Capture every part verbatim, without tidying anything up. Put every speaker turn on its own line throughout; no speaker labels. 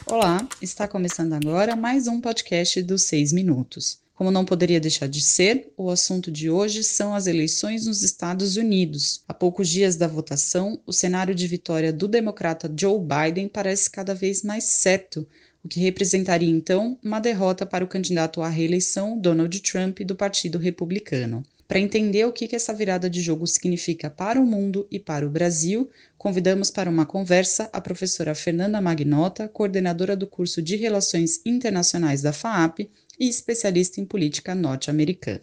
Olá, está começando agora mais um podcast dos Seis Minutos. Como não poderia deixar de ser, o assunto de hoje são as eleições nos Estados Unidos. A poucos dias da votação, o cenário de vitória do democrata Joe Biden parece cada vez mais certo, o que representaria então uma derrota para o candidato à reeleição Donald Trump do Partido Republicano. Para entender o que essa virada de jogo significa para o mundo e para o Brasil, convidamos para uma conversa a professora Fernanda Magnota, coordenadora do curso de Relações Internacionais da FAAP e especialista em política norte-americana.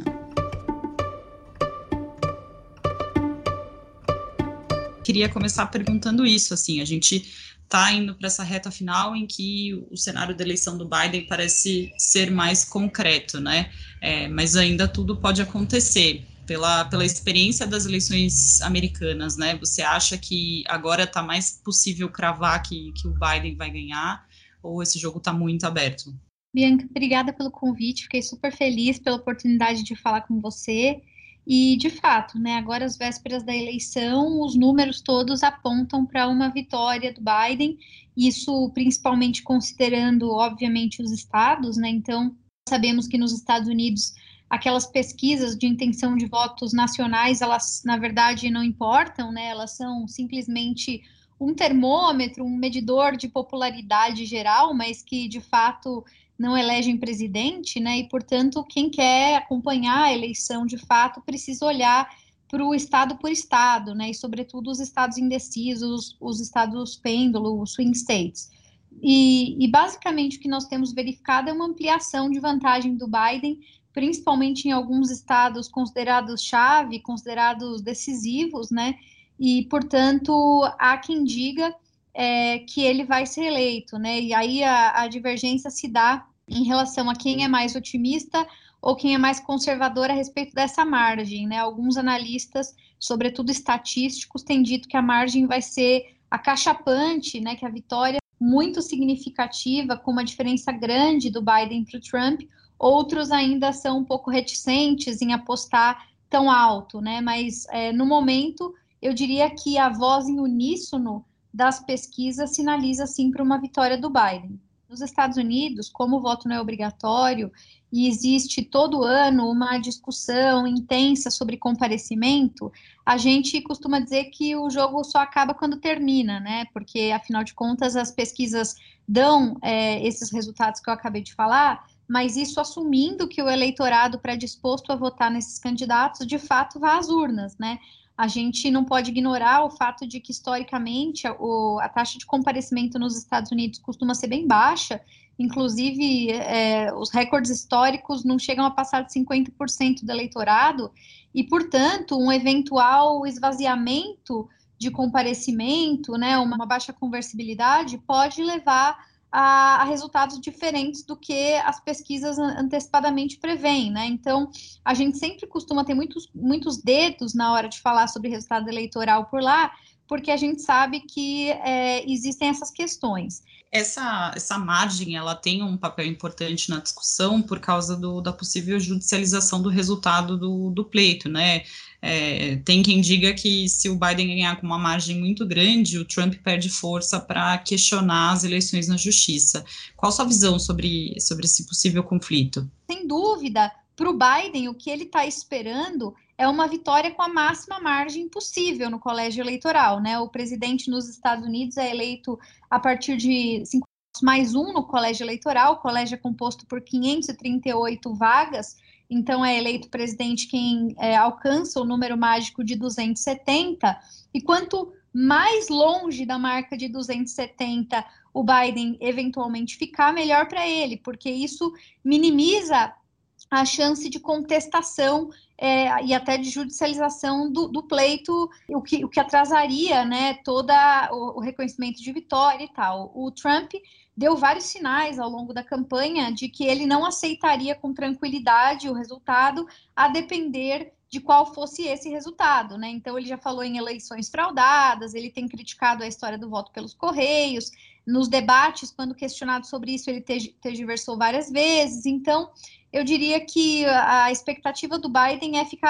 Queria começar perguntando isso, assim, a gente está indo para essa reta final em que o cenário da eleição do Biden parece ser mais concreto, né? É, mas ainda tudo pode acontecer. Pela, pela experiência das eleições americanas, né? Você acha que agora está mais possível cravar que, que o Biden vai ganhar, ou esse jogo está muito aberto?
Bianca, obrigada pelo convite, fiquei super feliz pela oportunidade de falar com você. E, de fato, né, agora às vésperas da eleição, os números todos apontam para uma vitória do Biden, isso principalmente considerando, obviamente, os estados, né? Então, sabemos que nos Estados Unidos, aquelas pesquisas de intenção de votos nacionais, elas, na verdade, não importam, né? Elas são simplesmente um termômetro, um medidor de popularidade geral, mas que, de fato, não elegem presidente, né? E, portanto, quem quer acompanhar a eleição de fato precisa olhar para o estado por estado, né? E, sobretudo, os estados indecisos, os estados pêndulo, os swing states. E, e, basicamente, o que nós temos verificado é uma ampliação de vantagem do Biden, principalmente em alguns estados considerados chave, considerados decisivos, né? E, portanto, há quem diga é, que ele vai ser eleito, né? E aí a, a divergência se dá em relação a quem é mais otimista ou quem é mais conservador a respeito dessa margem, né? Alguns analistas, sobretudo estatísticos, têm dito que a margem vai ser acachapante, né? Que a vitória é muito significativa, com uma diferença grande do Biden para o Trump. Outros ainda são um pouco reticentes em apostar tão alto, né? Mas é, no momento eu diria que a voz em uníssono das pesquisas sinaliza sim para uma vitória do Biden. Nos Estados Unidos, como o voto não é obrigatório e existe todo ano uma discussão intensa sobre comparecimento, a gente costuma dizer que o jogo só acaba quando termina, né? Porque, afinal de contas, as pesquisas dão é, esses resultados que eu acabei de falar, mas isso assumindo que o eleitorado predisposto a votar nesses candidatos, de fato, vá às urnas, né? A gente não pode ignorar o fato de que, historicamente, a, o, a taxa de comparecimento nos Estados Unidos costuma ser bem baixa, inclusive é, os recordes históricos não chegam a passar de cinquenta por cento do eleitorado, e, portanto, um eventual esvaziamento de comparecimento, né, uma baixa conversibilidade, pode levar a, a resultados diferentes do que as pesquisas antecipadamente preveem, né? Então, a gente sempre costuma ter muitos, muitos dedos na hora de falar sobre resultado eleitoral por lá, porque a gente sabe que é, existem essas questões.
Essa, essa margem, ela tem um papel importante na discussão por causa do, da possível judicialização do resultado do, do pleito, né? É, tem quem diga que se o Biden ganhar com uma margem muito grande, o Trump perde força para questionar as eleições na justiça. Qual a sua visão sobre, sobre esse possível conflito?
Sem dúvida, para o Biden, o que ele está esperando é uma vitória com a máxima margem possível no colégio eleitoral, né? O presidente nos Estados Unidos é eleito a partir de cinco mais um no colégio eleitoral. O colégio é composto por quinhentas e trinta e oito vagas, então é eleito presidente quem é, alcança o número mágico de duzentos e setenta. E quanto mais longe da marca de duzentos e setenta o Biden eventualmente ficar, melhor para ele, porque isso minimiza a chance de contestação é, e até de judicialização do, do pleito, o que, o que atrasaria, né, todo o, o reconhecimento de vitória e tal. O Trump deu vários sinais ao longo da campanha de que ele não aceitaria com tranquilidade o resultado, a depender de qual fosse esse resultado, né? Então ele já falou em eleições fraudadas, ele tem criticado a história do voto pelos correios, nos debates, quando questionado sobre isso, ele tergiversou várias vezes. Então, eu diria que a expectativa do Biden é ficar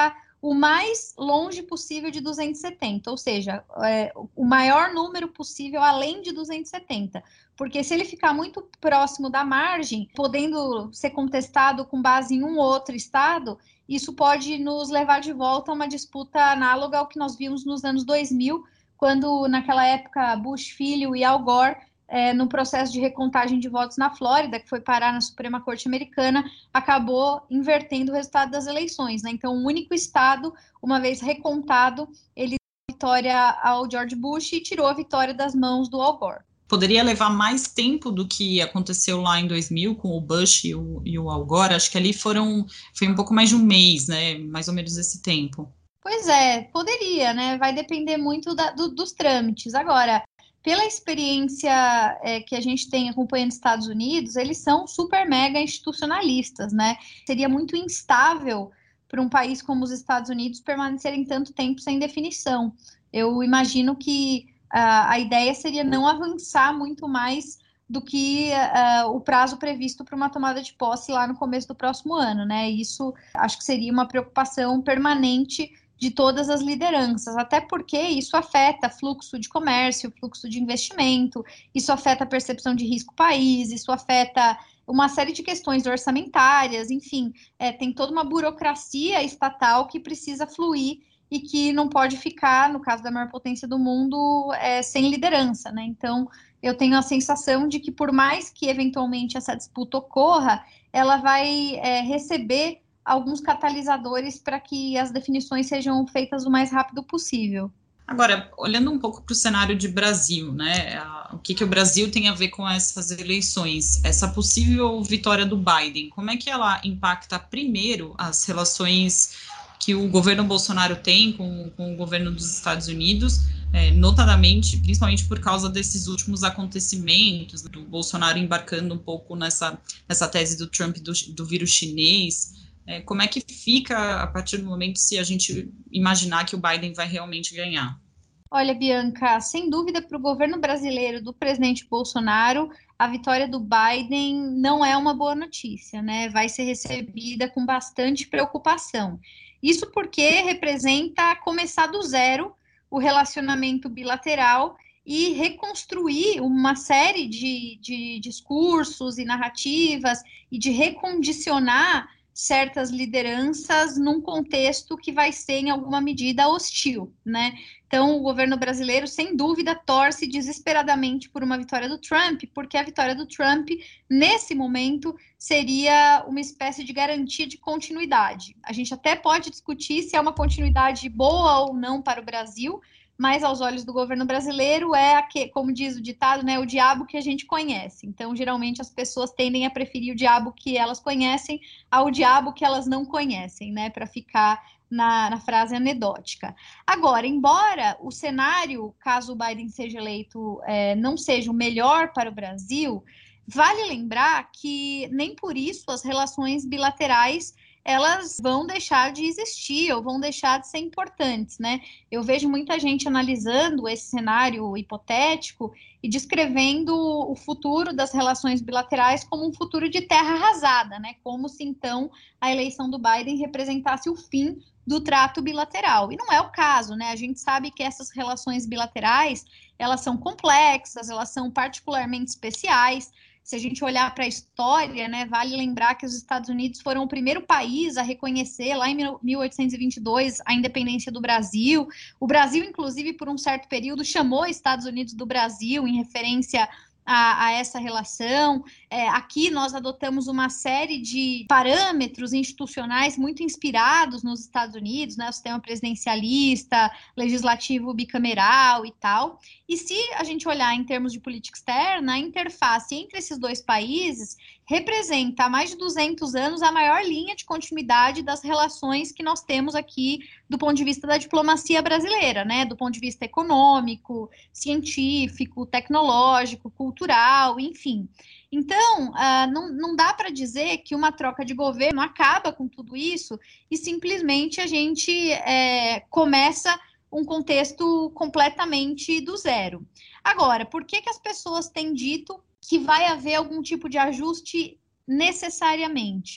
o mais longe possível de duzentos e setenta, ou seja, é, o maior número possível além de duzentos e setenta, porque se ele ficar muito próximo da margem, podendo ser contestado com base em um outro estado, isso pode nos levar de volta a uma disputa análoga ao que nós vimos nos anos dois mil, quando naquela época Bush filho e Al Gore, é, no processo de recontagem de votos na Flórida, que foi parar na Suprema Corte Americana, acabou invertendo o resultado das eleições, né? Então, o único estado, uma vez recontado, ele deu a vitória ao George Bush e tirou a vitória das mãos do Al Gore.
Poderia levar mais tempo do que aconteceu lá em dois mil com o Bush e o, e o Al Gore. Acho que ali foram, foi um pouco mais de um mês, né? Mais ou menos esse tempo.
Pois é, poderia, né? Vai depender muito da, do, dos trâmites. Agora, pela experiência é, que a gente tem acompanhando os Estados Unidos, eles são super mega institucionalistas, né? Seria muito instável para um país como os Estados Unidos permanecerem tanto tempo sem definição. Eu imagino que uh, a ideia seria não avançar muito mais do que uh, o prazo previsto para uma tomada de posse lá no começo do próximo ano, né? Isso acho que seria uma preocupação permanente de todas as lideranças, até porque isso afeta fluxo de comércio, fluxo de investimento, isso afeta a percepção de risco país, isso afeta uma série de questões orçamentárias, enfim, é, tem toda uma burocracia estatal que precisa fluir e que não pode ficar, no caso da maior potência do mundo, é, sem liderança, né? Então, eu tenho a sensação de que por mais que eventualmente essa disputa ocorra, ela vai é, receber alguns catalisadores para que as definições sejam feitas o mais rápido possível.
Agora, olhando um pouco para o cenário de Brasil, né? O que, que o Brasil tem a ver com essas eleições? Essa possível vitória do Biden, como é que ela impacta primeiro as relações que o governo Bolsonaro tem com, com o governo dos Estados Unidos, é, notadamente, principalmente por causa desses últimos acontecimentos, do Bolsonaro embarcando um pouco nessa, nessa tese do Trump do, do vírus chinês. É, como é que fica a partir do momento se a gente imaginar que o Biden vai realmente ganhar?
Olha, Bianca, sem dúvida para o governo brasileiro do presidente Bolsonaro, a vitória do Biden não é uma boa notícia, né? Vai ser recebida com bastante preocupação. Isso porque representa começar do zero o relacionamento bilateral e reconstruir uma série de, de discursos e narrativas e de recondicionar certas lideranças num contexto que vai ser, em alguma medida, hostil, né? Então, o governo brasileiro, sem dúvida, torce desesperadamente por uma vitória do Trump, porque a vitória do Trump, nesse momento, seria uma espécie de garantia de continuidade. A gente até pode discutir se é uma continuidade boa ou não para o Brasil, mas aos olhos do governo brasileiro é, a que, como diz o ditado, né, o diabo que a gente conhece. Então, geralmente, as pessoas tendem a preferir o diabo que elas conhecem ao diabo que elas não conhecem, né, para ficar na, na frase anedótica. Agora, embora o cenário, caso o Biden seja eleito, é, não seja o melhor para o Brasil, vale lembrar que nem por isso as relações bilaterais elas vão deixar de existir ou vão deixar de ser importantes, né? Eu vejo muita gente analisando esse cenário hipotético e descrevendo o futuro das relações bilaterais como um futuro de terra arrasada, né? Como se então a eleição do Biden representasse o fim do trato bilateral. E não é o caso, né? A gente sabe que essas relações bilaterais, elas são complexas, elas são particularmente especiais. Se a gente olhar para a história, né, vale lembrar que os Estados Unidos foram o primeiro país a reconhecer, lá em mil oitocentos e vinte e dois, a independência do Brasil. O Brasil, inclusive, por um certo período, chamou Estados Unidos do Brasil, em referência A, a essa relação. É, aqui nós adotamos uma série de parâmetros institucionais muito inspirados nos Estados Unidos, né, o sistema presidencialista, legislativo bicameral e tal. E se a gente olhar em termos de política externa, a interface entre esses dois países representa há mais de duzentos anos a maior linha de continuidade das relações que nós temos aqui do ponto de vista da diplomacia brasileira, né? Do ponto de vista econômico, científico, tecnológico, cultural, enfim. Então, uh, não, não dá para dizer que uma troca de governo acaba com tudo isso e simplesmente a gente é, começa um contexto completamente do zero. Agora, por que que as pessoas têm dito que vai haver algum tipo de ajuste necessariamente?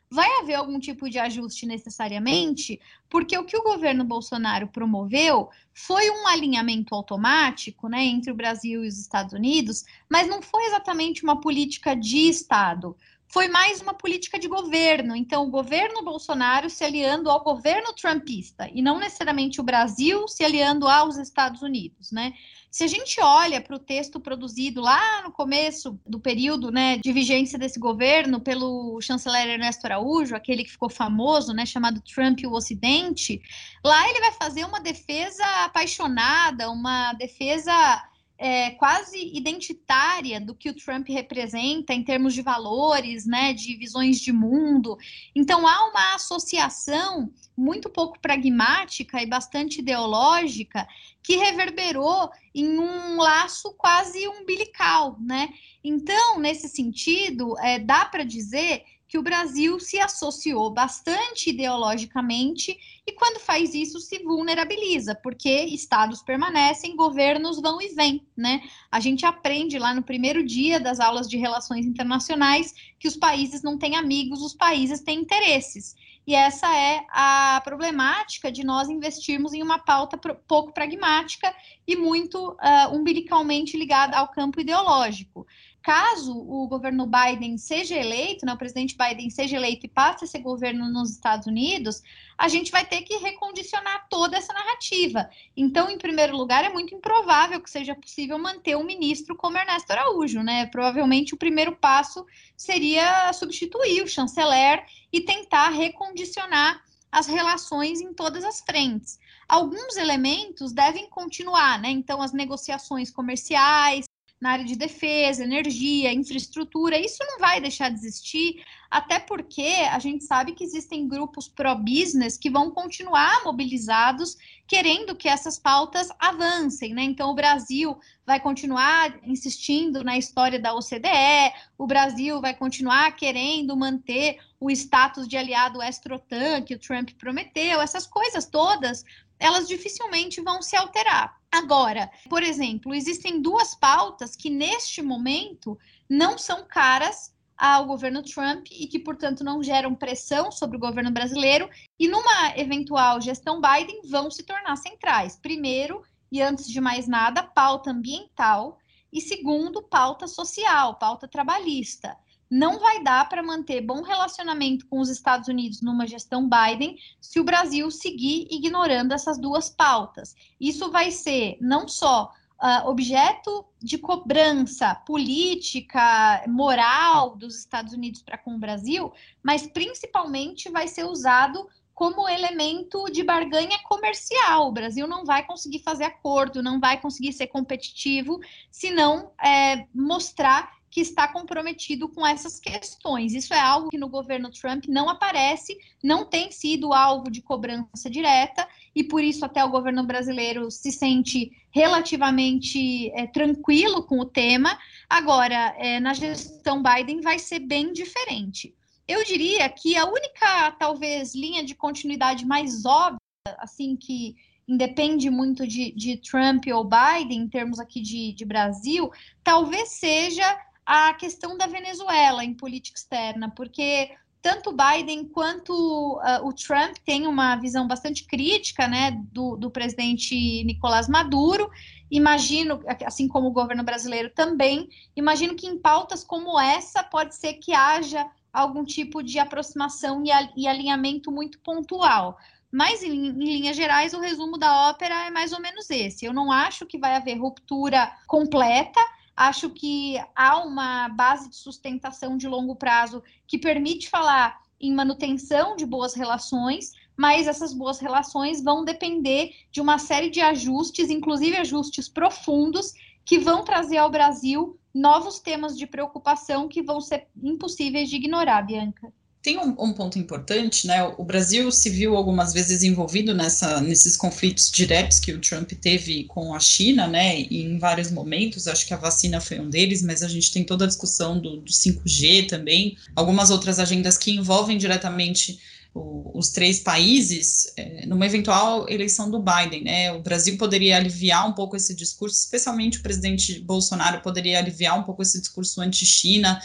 vai haver algum tipo de ajuste necessariamente, porque o que o governo Bolsonaro promoveu foi um alinhamento automático, né, entre o Brasil e os Estados Unidos, mas não foi exatamente uma política de Estado. Foi mais uma política de governo. Então, o governo Bolsonaro se aliando ao governo trumpista, e não necessariamente o Brasil se aliando aos Estados Unidos, né? Se a gente olha para o texto produzido lá no começo do período, né, de vigência desse governo pelo chanceler Ernesto Araújo, aquele que ficou famoso, né, chamado Trump e o Ocidente, lá ele vai fazer uma defesa apaixonada, uma defesa é, quase identitária do que o Trump representa em termos de valores, né, de visões de mundo. Então há uma associação muito pouco pragmática e bastante ideológica que reverberou em um laço quase umbilical, né? Então, nesse sentido, é, dá para dizer que o Brasil se associou bastante ideologicamente e, quando faz isso, se vulnerabiliza, porque estados permanecem, governos vão e vêm, né? A gente aprende lá no primeiro dia das aulas de relações internacionais que os países não têm amigos, os países têm interesses. E essa é a problemática de nós investirmos em uma pauta pouco pragmática e muito uh, umbilicalmente ligada ao campo ideológico. Caso o governo Biden seja eleito, né, o presidente Biden seja eleito e passe a ser governo nos Estados Unidos, a gente vai ter que recondicionar toda essa narrativa. Então, em primeiro lugar, é muito improvável que seja possível manter um ministro como Ernesto Araújo, né? Provavelmente o primeiro passo seria substituir o chanceler e tentar recondicionar as relações em todas as frentes. Alguns elementos devem continuar, né? Então, as negociações comerciais na área de defesa, energia, infraestrutura, isso não vai deixar de existir, até porque a gente sabe que existem grupos pró-business que vão continuar mobilizados, querendo que essas pautas avancem, né? Então, o Brasil vai continuar insistindo na história da O C D E, o Brasil vai continuar querendo manter o status de aliado extra-OTAN que o Trump prometeu, essas coisas todas, elas dificilmente vão se alterar. Agora, por exemplo, existem duas pautas que neste momento não são caras ao governo Trump e que, portanto, não geram pressão sobre o governo brasileiro e numa eventual gestão Biden vão se tornar centrais. Primeiro, e antes de mais nada, pauta ambiental e segundo, pauta social, pauta trabalhista. Não vai dar para manter bom relacionamento com os Estados Unidos numa gestão Biden se o Brasil seguir ignorando essas duas pautas. Isso vai ser não só uh, objeto de cobrança política, moral dos Estados Unidos para com o Brasil, mas principalmente vai ser usado como elemento de barganha comercial. O Brasil não vai conseguir fazer acordo, não vai conseguir ser competitivo se não é, mostrar que está comprometido com essas questões. Isso é algo que no governo Trump não aparece, não tem sido alvo de cobrança direta, e por isso até o governo brasileiro se sente relativamente é, tranquilo com o tema. Agora, é, na gestão Biden vai ser bem diferente. Eu diria que a única, talvez, linha de continuidade mais óbvia, assim, que independe muito de, de Trump ou Biden, em termos aqui de, de Brasil, talvez seja a questão da Venezuela em política externa, porque tanto Biden quanto uh, o Trump têm uma visão bastante crítica, né, do, do presidente Nicolás Maduro. Imagino, assim como o governo brasileiro também, imagino que em pautas como essa pode ser que haja algum tipo de aproximação e, a, e alinhamento muito pontual. Mas, em, em linhas gerais, o resumo da ópera é mais ou menos esse. Eu não acho que vai haver ruptura completa. Acho que há uma base de sustentação de longo prazo que permite falar em manutenção de boas relações, mas essas boas relações vão depender de uma série de ajustes, inclusive ajustes profundos, que vão trazer ao Brasil novos temas de preocupação que vão ser impossíveis de ignorar, Bianca.
Tem um, um ponto importante, né? O Brasil se viu algumas vezes envolvido nessa, nesses conflitos diretos que o Trump teve com a China, né? E em vários momentos, acho que a vacina foi um deles, mas a gente tem toda a discussão do, do cinco G também, algumas outras agendas que envolvem diretamente o, os três países, é, numa eventual eleição do Biden, né? O Brasil poderia aliviar um pouco esse discurso, especialmente o presidente Bolsonaro poderia aliviar um pouco esse discurso anti-China,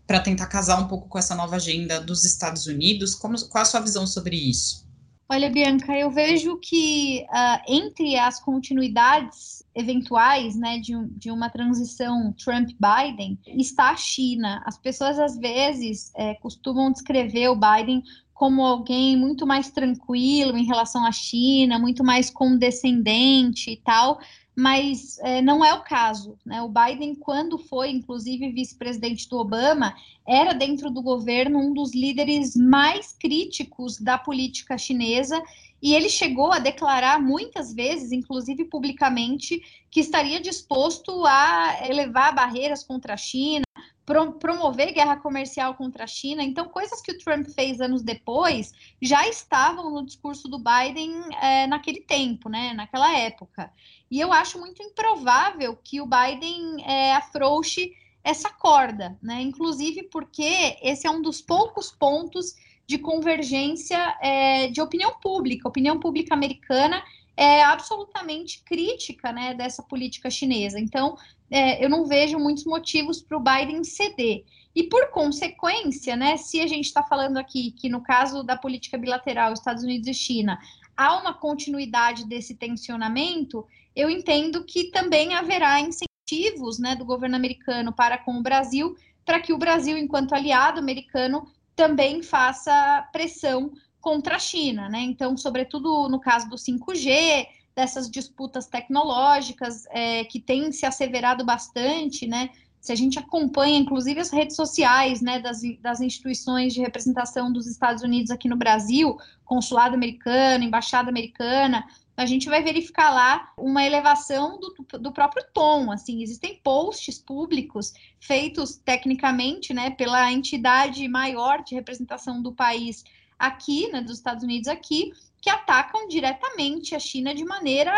para tentar casar um pouco com essa nova agenda dos Estados Unidos. Como, qual a sua visão sobre isso?
Olha, Bianca, eu vejo que uh, entre as continuidades eventuais, né, de, um, de uma transição Trump-Biden, está a China. As pessoas, às vezes, é, costumam descrever o Biden como alguém muito mais tranquilo em relação à China, muito mais condescendente e tal, mas é, não é o caso, né? O Biden, quando foi, inclusive, vice-presidente do Obama, era dentro do governo um dos líderes mais críticos da política chinesa, e ele chegou a declarar muitas vezes, inclusive publicamente, que estaria disposto a elevar barreiras contra a China, pro promover guerra comercial contra a China. Então, coisas que o Trump fez anos depois já estavam no discurso do Biden é, naquele tempo, né, naquela época. E eu acho muito improvável que o Biden é, afrouxe essa corda, né? Inclusive porque esse é um dos poucos pontos de convergência é, de opinião pública. A opinião pública americana é absolutamente crítica, né, dessa política chinesa. Então, é, eu não vejo muitos motivos para o Biden ceder. E, por consequência, né, se a gente está falando aqui que, no caso da política bilateral Estados Unidos e China, há uma continuidade desse tensionamento, eu entendo que também haverá incentivos, né, do governo americano para com o Brasil, para que o Brasil, enquanto aliado americano, também faça pressão contra a China, né? Então, sobretudo no caso do cinco G, dessas disputas tecnológicas é, que têm se asseverado bastante, né? Se a gente acompanha, inclusive, as redes sociais, né, das, das instituições de representação dos Estados Unidos aqui no Brasil, consulado americano, embaixada americana, a gente vai verificar lá uma elevação do, do próprio tom, assim, existem posts públicos feitos tecnicamente, né, pela entidade maior de representação do país aqui, né, dos Estados Unidos aqui, que atacam diretamente a China de maneira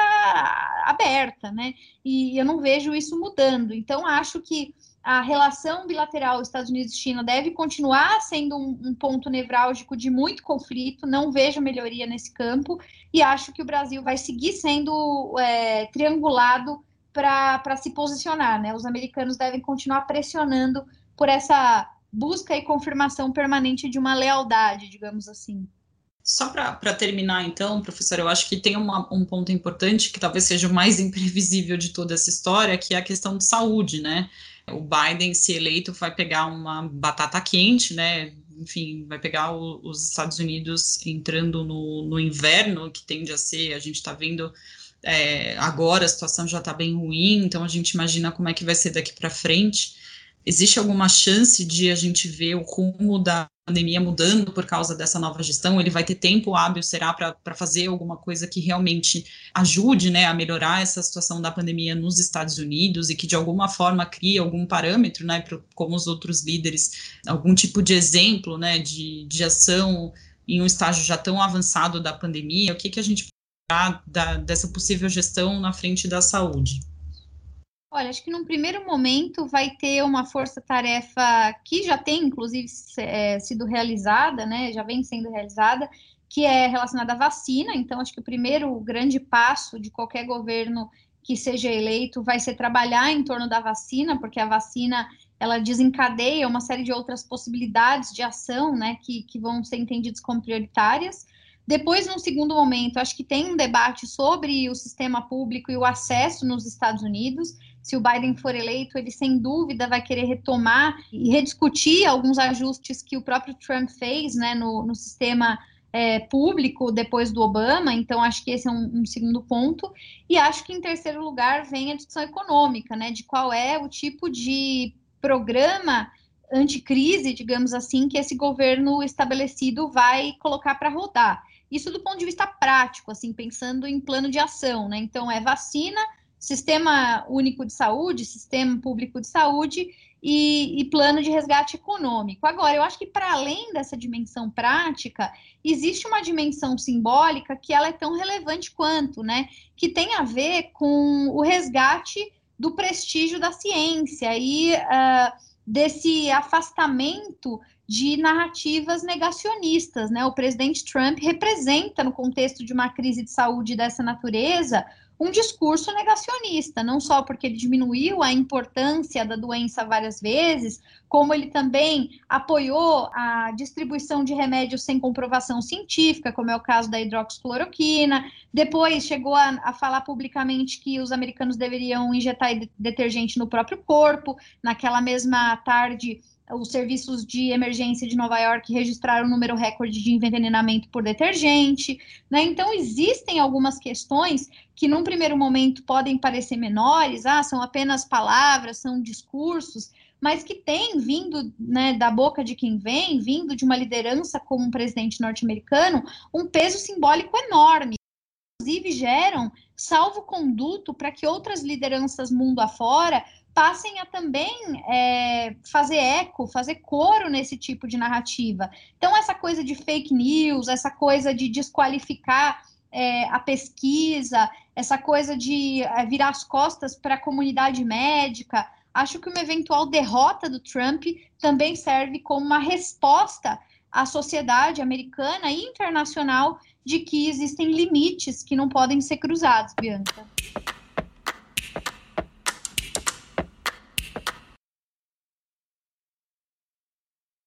aberta, né, e eu não vejo isso mudando. Então, acho que a relação bilateral Estados Unidos e China deve continuar sendo um, um ponto nevrálgico de muito conflito, não vejo melhoria nesse campo, e acho que o Brasil vai seguir sendo é, triangulado para se posicionar, né? Os americanos devem continuar pressionando por essa busca e confirmação permanente de uma lealdade, digamos assim.
Só para terminar, então, professor, eu acho que tem uma, um ponto importante que talvez seja o mais imprevisível de toda essa história, que é a questão de saúde, né? O Biden, se eleito, vai pegar uma batata quente, né? Enfim, vai pegar o, os Estados Unidos entrando no, no inverno, que tende a ser, a gente está vendo é, agora, a situação já está bem ruim, então a gente imagina como é que vai ser daqui para frente. Existe alguma chance de a gente ver o rumo da pandemia mudando por causa dessa nova gestão? Ele vai ter tempo hábil, será, para fazer alguma coisa que realmente ajude, né, a melhorar essa situação da pandemia nos Estados Unidos e que de alguma forma crie algum parâmetro, né, pro, como os outros líderes, algum tipo de exemplo, né, de, de ação em um estágio já tão avançado da pandemia? O que, que a gente pode esperar da, dessa possível gestão na frente da saúde?
Olha, acho que num primeiro momento vai ter uma força-tarefa que já tem, inclusive, é, sido realizada, né? Já vem sendo realizada, que é relacionada à vacina. Então, acho que o primeiro grande passo de qualquer governo que seja eleito vai ser trabalhar em torno da vacina, porque a vacina ela desencadeia uma série de outras possibilidades de ação, né? Que, que vão ser entendidas como prioritárias. Depois, num segundo momento, acho que tem um debate sobre o sistema público e o acesso nos Estados Unidos. Se o Biden for eleito, ele sem dúvida vai querer retomar e rediscutir alguns ajustes que o próprio Trump fez, né, no, no sistema é, público depois do Obama. Então, acho que esse é um, um segundo ponto. E acho que, em terceiro lugar, vem a discussão econômica, né, de qual é o tipo de programa anticrise, digamos assim, que esse governo estabelecido vai colocar para rodar. Isso do ponto de vista prático, assim, pensando em plano de ação, né? Então, é vacina, Sistema Único de Saúde, Sistema Público de Saúde e, e plano de resgate econômico. Agora, eu acho que para além dessa dimensão prática, existe uma dimensão simbólica que ela é tão relevante quanto, né? Que tem a ver com o resgate do prestígio da ciência e uh, desse afastamento de narrativas negacionistas, né? O presidente Trump representa, no contexto de uma crise de saúde dessa natureza, um discurso negacionista, não só porque ele diminuiu a importância da doença várias vezes, como ele também apoiou a distribuição de remédios sem comprovação científica, como é o caso da hidroxicloroquina. Depois chegou a, a falar publicamente que os americanos deveriam injetar detergente no próprio corpo. Naquela mesma tarde, os serviços de emergência de Nova York registraram um número recorde de envenenamento por detergente, né? Então, existem algumas questões que, num primeiro momento, podem parecer menores, ah, são apenas palavras, são discursos, mas que têm vindo, né, da boca de quem vem, vindo de uma liderança como um presidente norte-americano, um peso simbólico enorme. Inclusive, geram salvo-conduto para que outras lideranças mundo afora passem a também é, fazer eco, fazer coro nesse tipo de narrativa. Então, essa coisa de fake news, essa coisa de desqualificar é, a pesquisa, essa coisa de é, virar as costas para a comunidade médica, acho que uma eventual derrota do Trump também serve como uma resposta à sociedade americana e internacional de que existem limites que não podem ser cruzados, Bianca.